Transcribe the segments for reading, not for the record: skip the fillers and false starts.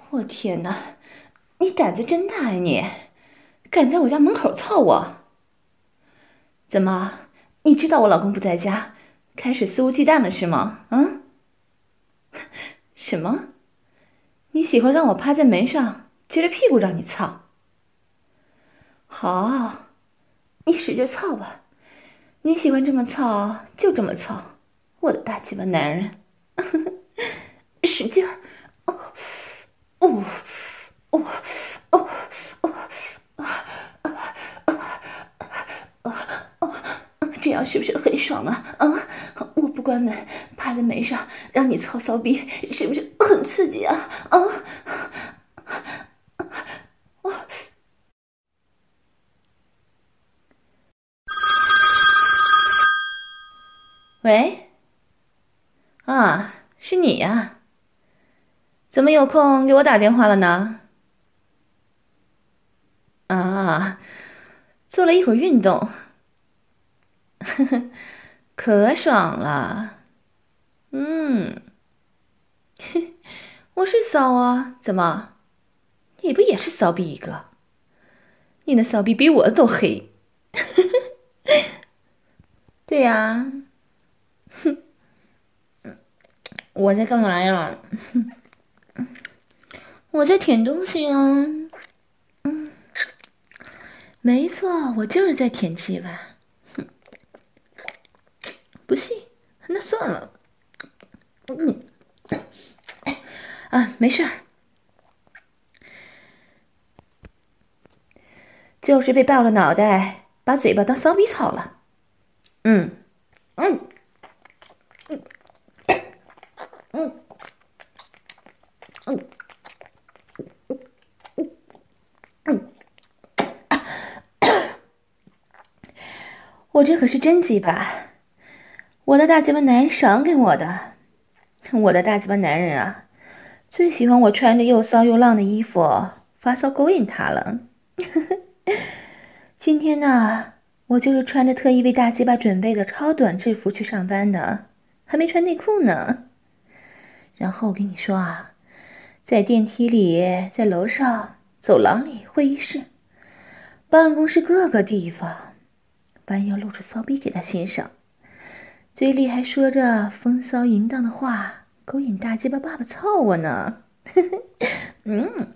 我天哪，你胆子真大呀你！敢在我家门口操我？怎么，你知道我老公不在家，开始肆无忌惮了是吗？啊？什么？你喜欢让我趴在门上，撅着屁股让你操？好，你使劲操吧，你喜欢这么操就这么操，我的大鸡巴男人，使劲儿！哦哦哦哦哦！这样是不是很爽啊？啊！我不关门，趴在门上让你操骚逼，是不是很刺激啊？啊！喂？啊，是你呀？怎么有空给我打电话了呢？啊，做了一会儿运动，呵呵，可爽了。嗯，我是骚啊，怎么？你不也是骚逼一个？你的骚逼比我的都黑。对呀，我在干嘛呀？我在舔东西啊。没错，我就是在舔鸡巴。不信，那算了。啊，没事儿，就是被爆了脑袋，把嘴巴当骚逼操了。嗯嗯嗯嗯嗯，我这可是真鸡巴，我的大鸡巴男人赏给我的。我的大鸡巴男人啊，最喜欢我穿着又骚又浪的衣服发骚勾引他了。今天呢，我就是穿着特意为大鸡巴准备的超短制服去上班的，还没穿内裤呢。然后我跟你说啊，在电梯里，在楼上、走廊里、会议室、办公室各个地方，弯腰露出骚逼给他欣赏，嘴里还说着风骚淫荡的话，勾引大鸡巴爸爸操我呢。嗯。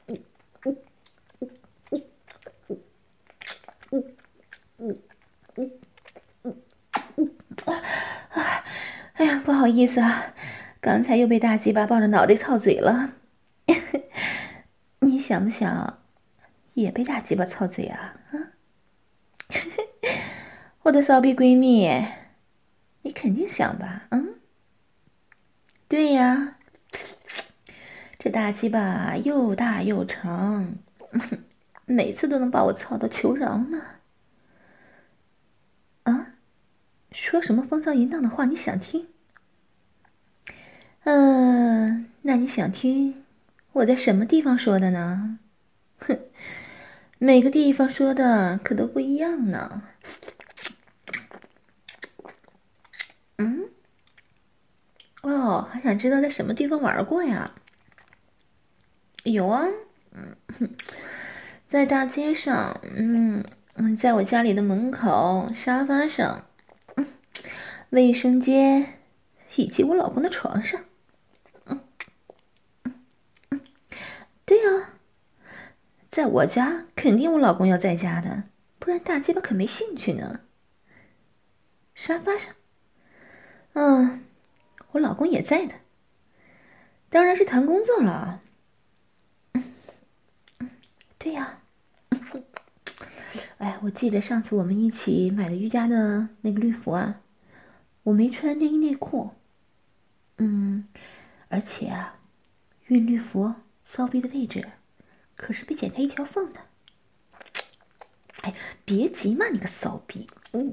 哎呀，不好意思啊，刚才又被大鸡巴抱着脑袋操嘴了。你想不想也被大鸡巴操嘴啊？啊，我的骚逼闺蜜，你肯定想吧？嗯，对呀，这大鸡巴又大又长，每次都能把我操到求饶呢。啊，说什么风骚淫荡的话？你想听？那你想听我在什么地方说的呢？哼，每个地方说的可都不一样呢。嗯，哦，还想知道在什么地方玩过呀？有啊，在大街上，在我家里的门口、沙发上、卫生间，以及我老公的床上。对啊，在我家肯定我老公要在家的，不然大鸡巴可没兴趣呢。沙发上，我老公也在的，当然是谈工作了。对呀，哎，我记得上次我们一起买的瑜伽的那个绿服啊，我没穿内衣内裤，而且啊，韵律服骚逼的位置可是被剪开一条缝的。哎，别急嘛，你个骚逼！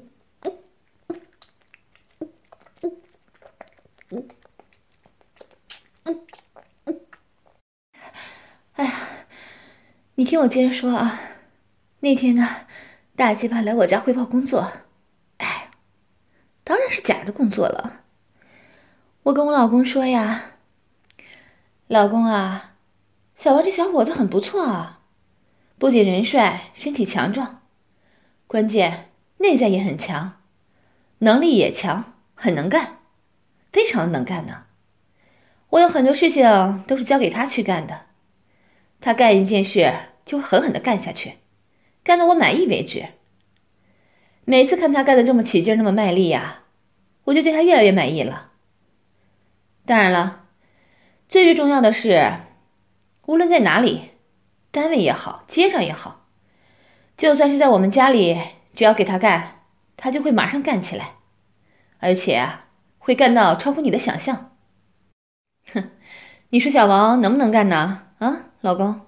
哎呀，你听我接着说啊。那天呢，大鸡巴来我家汇报工作，哎，当然是假的工作了。我跟我老公说呀，老公啊， 小王这小伙子很不错啊，不仅人帅，身体强壮，关键内在也很强，能力也强，很能干，非常能干呢。我有很多事情都是交给他去干的，他干一件事就会狠狠地干下去，干到我满意为止。每次看他干得这么起劲，那么卖力呀，我就对他越来越满意了。当然了，最重要的是，无论在哪里，单位也好，街上也好，就算是在我们家里，只要给他干，他就会马上干起来，而且啊，会干到超乎你的想象。哼，你说小王能不能干呢？啊，老公？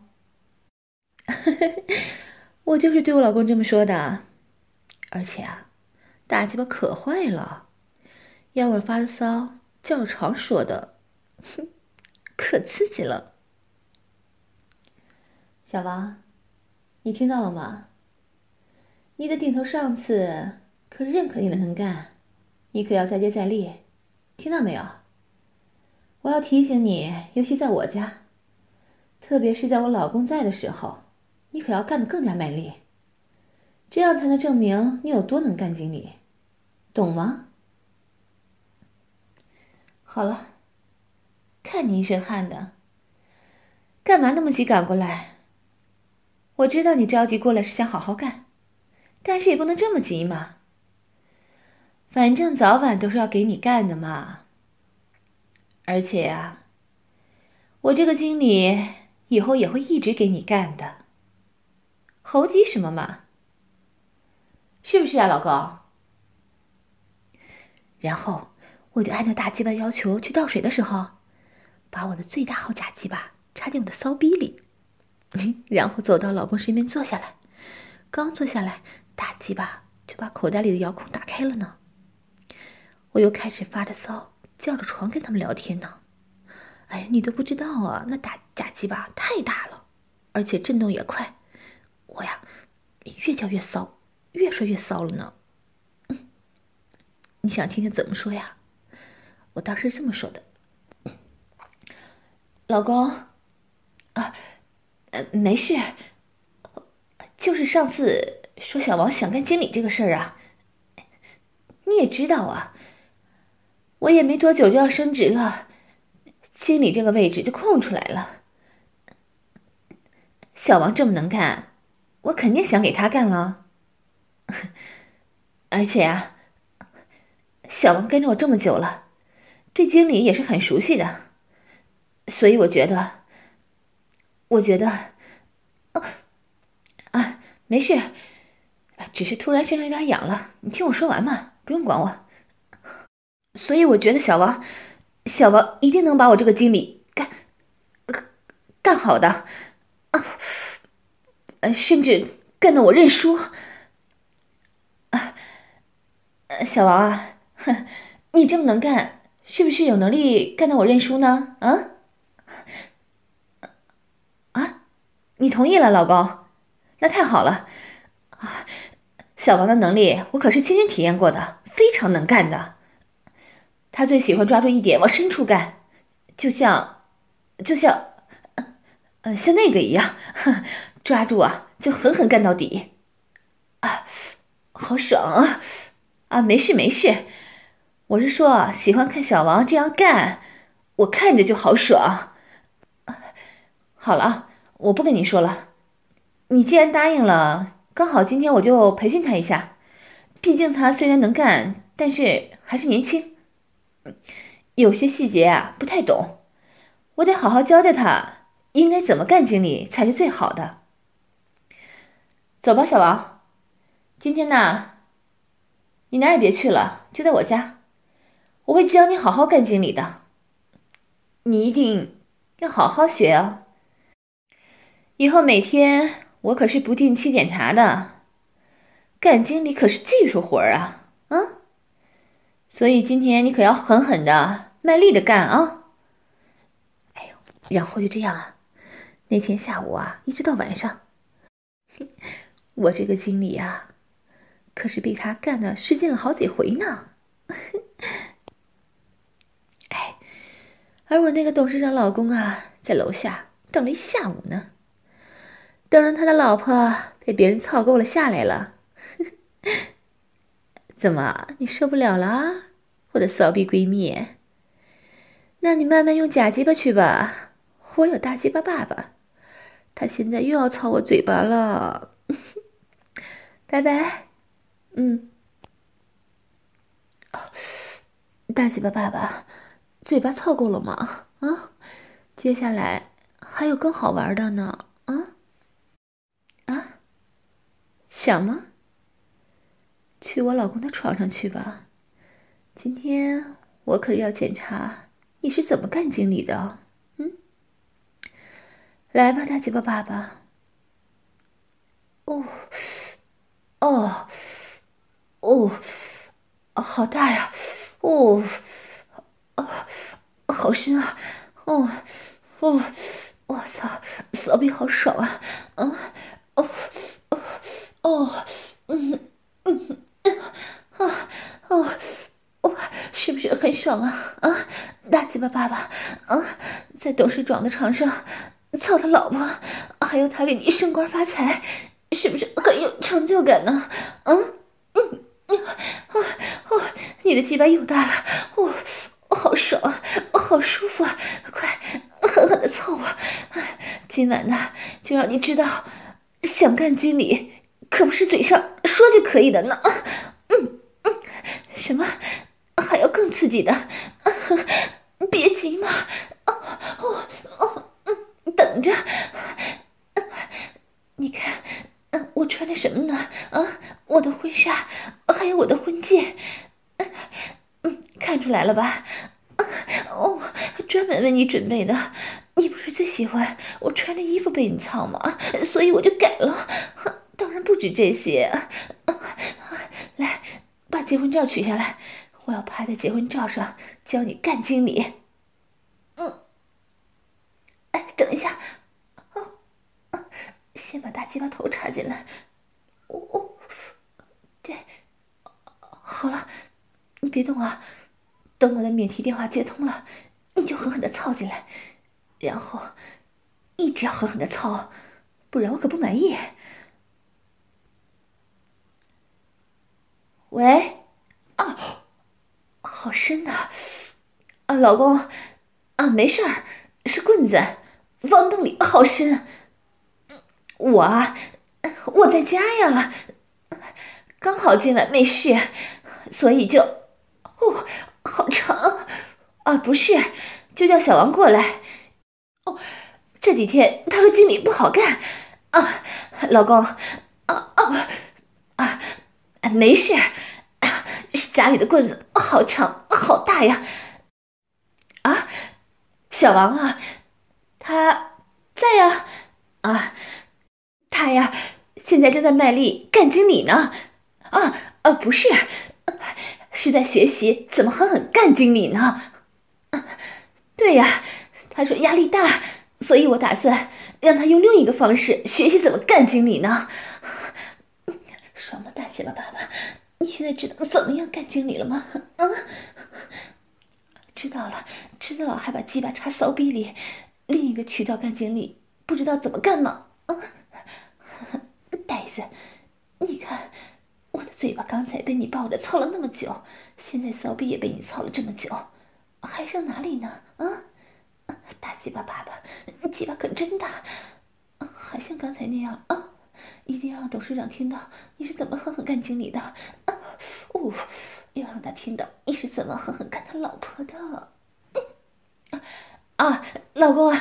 我就是对我老公这么说的。而且啊，大鸡巴可坏了，要我发骚叫着床说的，哼，可刺激了。小王，你听到了吗？你的顶头上司可认可你的能干，你可要再接再厉，听到没有？我要提醒你，尤其在我家，特别是在我老公在的时候，你可要干得更加卖力，这样才能证明你有多能干，经理，懂吗？好了，看你一身汗的，干嘛那么急赶过来？我知道你着急过来是想好好干，但是也不能这么急嘛。反正早晚都是要给你干的嘛。而且呀，我这个经理以后也会一直给你干的。猴急什么嘛？是不是啊，老公？然后我就按照大鸡巴要求去倒水的时候，把我的最大号假鸡巴插进我的骚逼里，然后走到老公身边坐下来。刚坐下来，大鸡巴就把口袋里的遥控打开了呢。我又开始发着骚，叫着床跟他们聊天呢。哎呀，你都不知道啊，那假鸡巴太大了，而且震动也快。我呀，越叫越骚，越说越骚了呢。你想听听怎么说呀？我当时这么说的：老公，没事，就是上次说小王想干经理这个事儿啊，你也知道啊，我也没多久就要升职了，经理这个位置就空出来了。小王这么能干，我肯定想给他干了。而且啊，小王跟着我这么久了，对经理也是很熟悉的，所以我觉得，没事，只是突然身上有点痒了，你听我说完嘛，不用管我。所以我觉得小王一定能把我这个经理干好的，甚至干到我认输。小王啊，哼，你这么能干，是不是有能力干到我认输呢？你同意了，老公？那太好了。小王的能力我可是亲身体验过的，非常能干的。他最喜欢抓住一点往深处干，就像像那个一样，抓住啊就狠狠干到底。好爽啊！没事，我是说喜欢看小王这样干，我看着就好爽。好了，我不跟你说了，你既然答应了，刚好今天我就培训他一下。毕竟他虽然能干，但是还是年轻，有些细节啊不太懂，我得好好教教他应该怎么干经理才是最好的。走吧，小王，今天呢，你哪儿也别去了，就在我家，我会教你好好干经理的，你一定要好好学哦。以后每天我可是不定期检查的，干经理可是技术活啊，所以今天你可要狠狠的、卖力的干啊！哎呦，然后就这样啊，那天下午啊，一直到晚上，我这个经理啊，可是被他干的失禁了好几回呢。哎，而我那个董事长老公啊，在楼下等了一下午呢，等着他的老婆被别人操够了下来了。怎么，你受不了了，我的骚逼闺蜜？那你慢慢用假鸡巴去吧，我有大鸡巴爸爸，他现在又要操我嘴巴了。拜拜。大鸡巴爸爸，嘴巴操够了吗？啊，接下来还有更好玩的呢。想吗？去我老公的床上去吧，今天我可是要检查你是怎么干经理的。来吧，大鸡巴爸爸。哦，好大呀！好深啊！我操，骚逼好爽啊！是不是很爽啊？大鸡巴爸爸，在董事长的床上操他老婆，还有他给你升官发财，是不是很有成就感呢？你的鸡巴又大了，好爽啊，好舒服啊！快，狠狠的操我！今晚呢，就让你知道，想干经理可不是嘴上说就可以的呢。什么？还要更刺激的？别急嘛，等着。你看，我穿了什么呢？我的婚纱，还有我的婚戒。看出来了吧？专门为你准备的。你不是最喜欢我穿着衣服被你操吗？所以我就改了。当然不止这些。来，把结婚照取下来，我要趴在结婚照上教你干经理。等一下，先把大鸡巴头插进来。对，好了，你别动啊，等我的免提电话接通了，你就狠狠的操进来，然后一直要狠狠的操，不然我可不满意。喂，好深呐！老公，没事儿，是棍子，往洞里好深。我在家呀，刚好今晚没事，所以就，好长啊！不是，就叫小王过来。这几天他说经理不好干老公，没事，是家里的棍子好长好大呀。小王啊，他在呀。他呀，现在正在卖力干经理呢。不是，是在学习怎么狠狠干经理呢。对呀，他说压力大，所以我打算让他用另一个方式学习怎么干经理呢。爽吗，大鸡巴爸爸？你现在知道怎么样干经理了吗？知道了，还把鸡巴插骚逼里，另一个渠道干经理，不知道怎么干吗？呆子，你看我的嘴巴刚才被你抱着操了那么久，现在骚逼也被你操了这么久，还剩哪里呢？大鸡巴爸爸，鸡巴可真大，还像刚才那样一定要让董事长听到你是怎么狠狠干经理的。要让他听到你是怎么狠狠干他老婆的。老公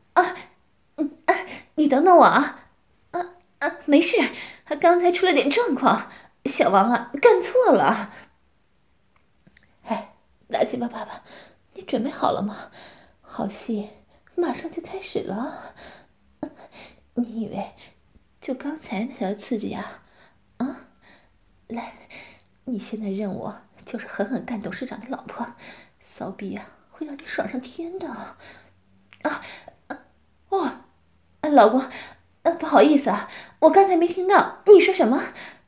你等等我啊。没事，刚才出了点状况，小王干错了。大鸡巴爸爸，你准备好了吗？好戏马上就开始了。你以为就刚才那才刺激啊？来，你现在认我就是狠狠干董事长的老婆，骚逼会让你爽上天的。老公，不好意思我刚才没听到你说什么。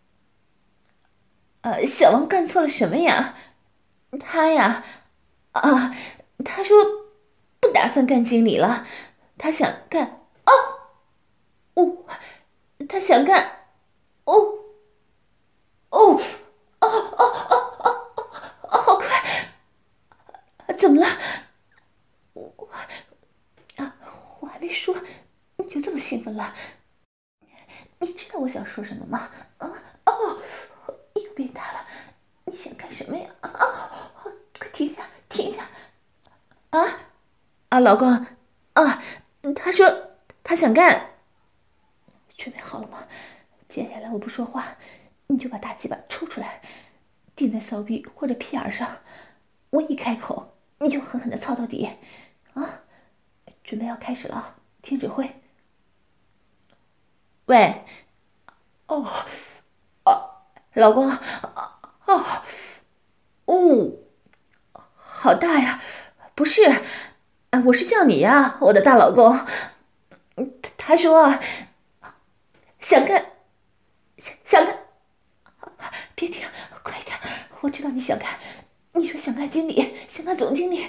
小王干错了什么呀？他说不打算干经理了， 他想干他想干好快！怎么了？我还没说，你就这么兴奋了？你知道我想说什么吗？又变大了，你想干什么呀？快停下，停下！老公，他说他想干。准备好了吗？接下来我不说话，你就把大鸡巴抽出来，顶在骚逼或者屁眼上。我一开口，你就狠狠的操到底。准备要开始了，听指挥。喂，老公，好大呀！不是，我是叫你呀，我的大老公。他说想干，别停，快点！我知道你想干，你说想干经理，想干总经理，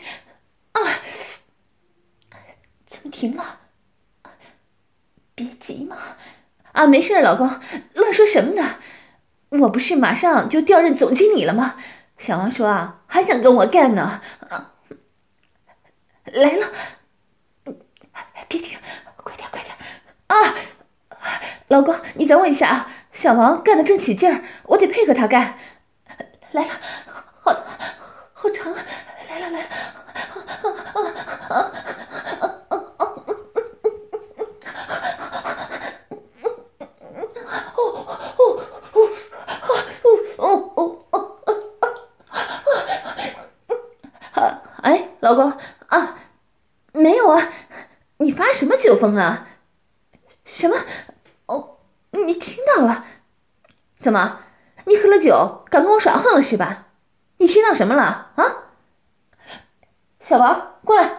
怎么停了？别急嘛，没事，老公，乱说什么呢？我不是马上就调任总经理了吗？小王说还想跟我干呢。来了，别停，快点老公，你等我一下啊！小王干得正起劲儿，我得配合他干。来了，好长啊！来了，老公没有啊，你发什么酒疯啊？什么？你听到了？怎么？你喝了酒，敢跟我耍横了是吧？你听到什么了小王，过来！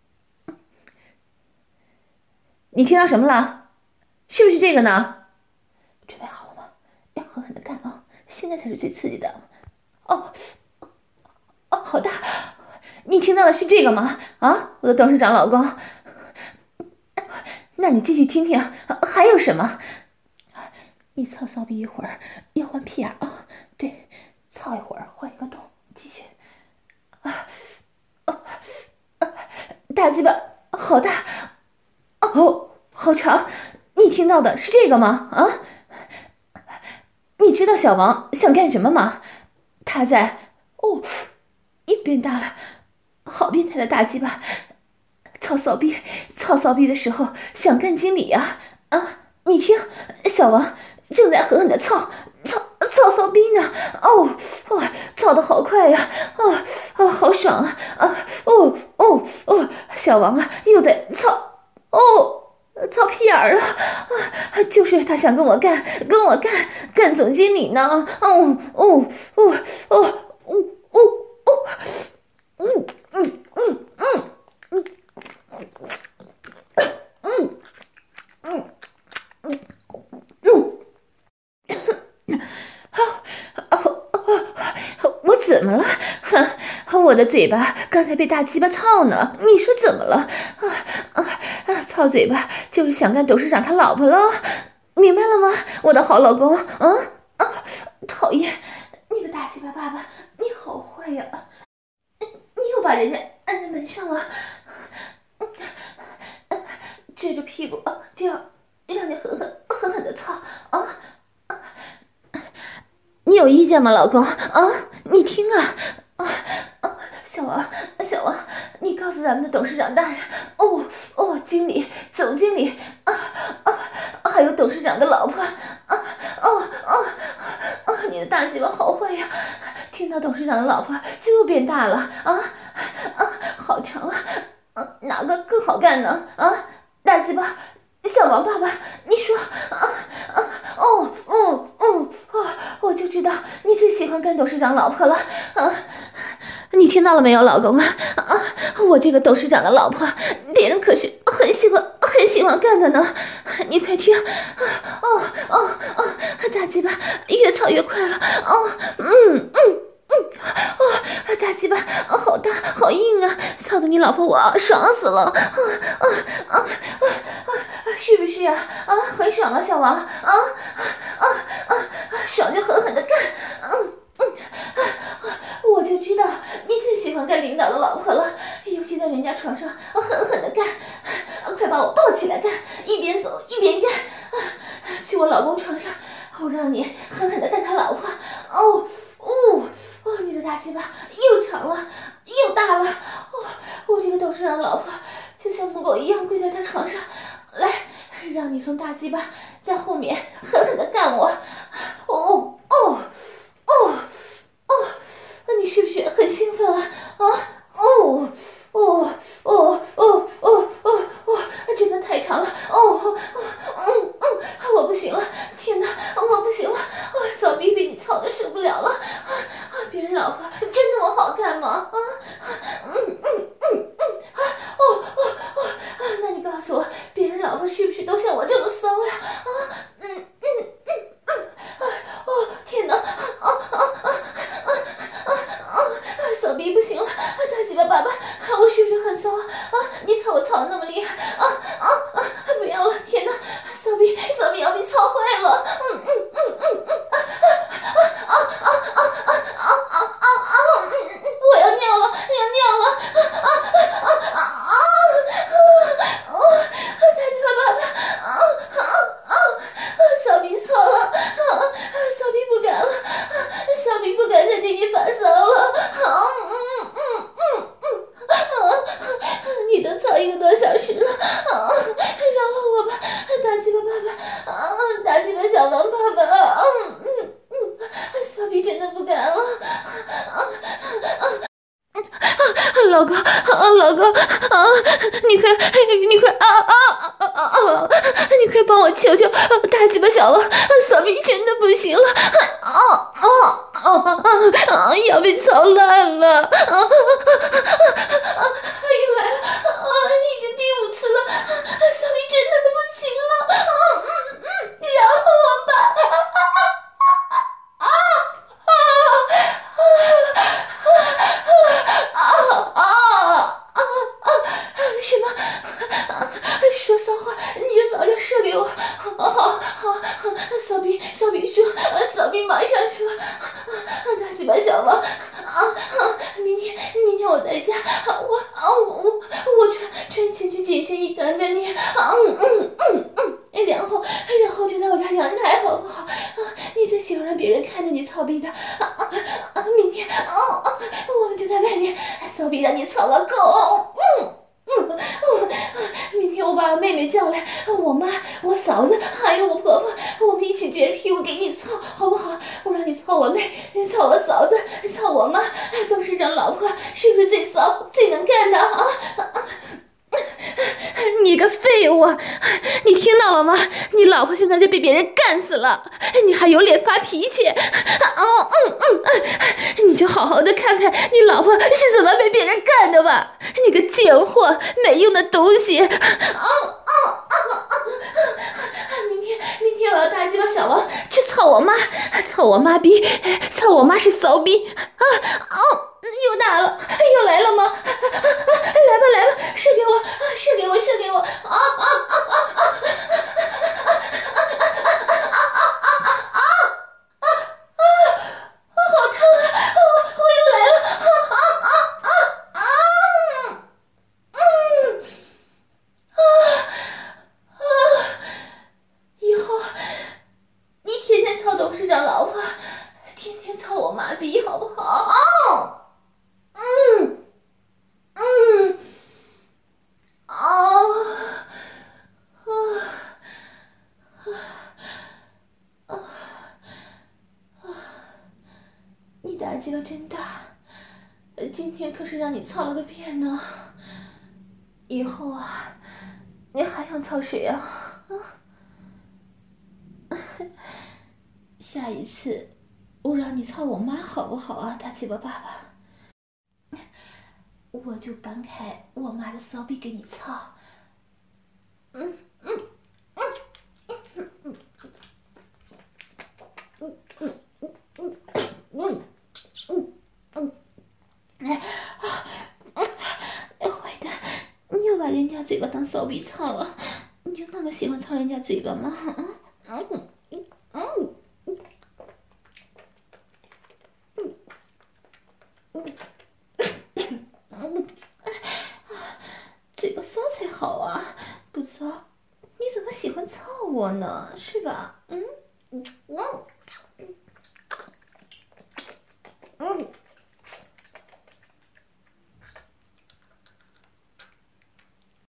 你听到什么了？是不是这个呢？准备好了吗？要狠狠的干啊！现在才是最刺激的。好大！你听到的是这个吗？我的董事长老公。那你继续听听，还有什么？你操骚逼一会儿要换屁眼对，操一会儿换一个洞，继续。大鸡巴好大，好长！你听到的是这个吗？你知道小王想干什么吗？他在又变大了，好变态的大鸡巴！操骚逼的时候想干经理呀！你听，小王正在狠狠的操骚逼呢！操得好快呀！好爽啊！小王又在操屁眼儿了！就是他想跟我干总经理呢！我怎么了？我的嘴巴刚才被大鸡巴操呢，你说怎么了？操嘴巴就是想干董事长他老婆了，明白了吗？我的好老公。讨厌，你个大鸡巴爸爸，你好坏呀！你又把人家按在门上了，撅着屁股这样让你狠狠的操你有意见吗，老公？你听小王，你告诉咱们的董事长大人，经理、总经理，还有董事长的老婆，你的大鸡巴好坏呀！听到董事长的老婆就变大了好长哪个更好干呢？大鸡巴，小王爸爸，你说我就知道你最喜欢干董事长老婆了你听到了没有，老公我这个董事长的老婆，别人可是很喜欢干的呢。你快听，大鸡巴越操越快了， 大鸡巴好大好硬啊，操的你老婆我爽死了，是不是啊？很爽啊，小王，爽就狠狠的干，我就知道你最喜欢干领导的老婆了，尤其在人家床上狠狠的干，快把我抱起来干，一边走一边干，去我老公床上，我让你狠狠的干他老婆，你的大鸡巴又长了又大了，我这个董事长老婆就像母狗一样跪在他床上，来，让你从大鸡巴在后面狠狠的干我，你是不是很兴奋啊？真的太长了，我不行了，天哪，我不行了，小逼被你操的受不了了，别人老婆真那么好看吗？那你告诉我，别人老婆是不是都像我这么骚呀？天哪，小逼不行了，大鸡巴爸爸，我是不是很骚啊？你操我操的那么厉害，不要了，天哪，小逼要被操坏了，我要尿了，大鸡巴爸爸，小逼错了，小逼不敢了，小逼不敢在这里发骚了，你都操1个多小时了，饶了我吧，大鸡巴爸爸，大鸡巴小王爸爸，小逼真的不敢了，老公，你快你快帮我求求大鸡巴小王，小逼真的不行了，要被操烂了，又来了，已经第5次了，小逼真的不行了，饶了我吧，什么？说骚话你就早点射给我，好，小逼说，小逼马上说，大鸡巴小王，明天我在家，我穿情趣紧身衣等着你，然后就在我家阳台好不好？你最喜欢让别人看着你操逼的，明天我们就在外面骚逼让你操个够，明天我把我妹妹叫来，我妈、我嫂子还有我婆婆，我们一起撅着屁股给你操，好不好？我让你操我妹，操我嫂子，操我妈，董事长老婆是不是最骚、最能干的啊？你个废物，你听到了吗？你老婆现在就被别人干死了，你还有脸发脾气？你就好好的看看你老婆是怎么被别人干的吧，你个贱货，没用的东西！明天我要大鸡巴小王去操我妈，操我妈逼，操我妈是骚逼！又打了，又来了吗？来吧，射给我！好烫啊！我又来了！以后你天天操董事长老婆，天天操我妈逼，好不好？你大鸡巴真大，今天可是让你操了个遍呢。以后啊，你还想操谁啊？下一次我让你操我妈好不好啊，大鸡巴爸爸？我就搬开我妈的骚逼给你操。 骚逼操了，你就那么喜欢操人家嘴巴吗？嘴巴骚才好啊，不骚，你怎么喜欢操我呢？是吧？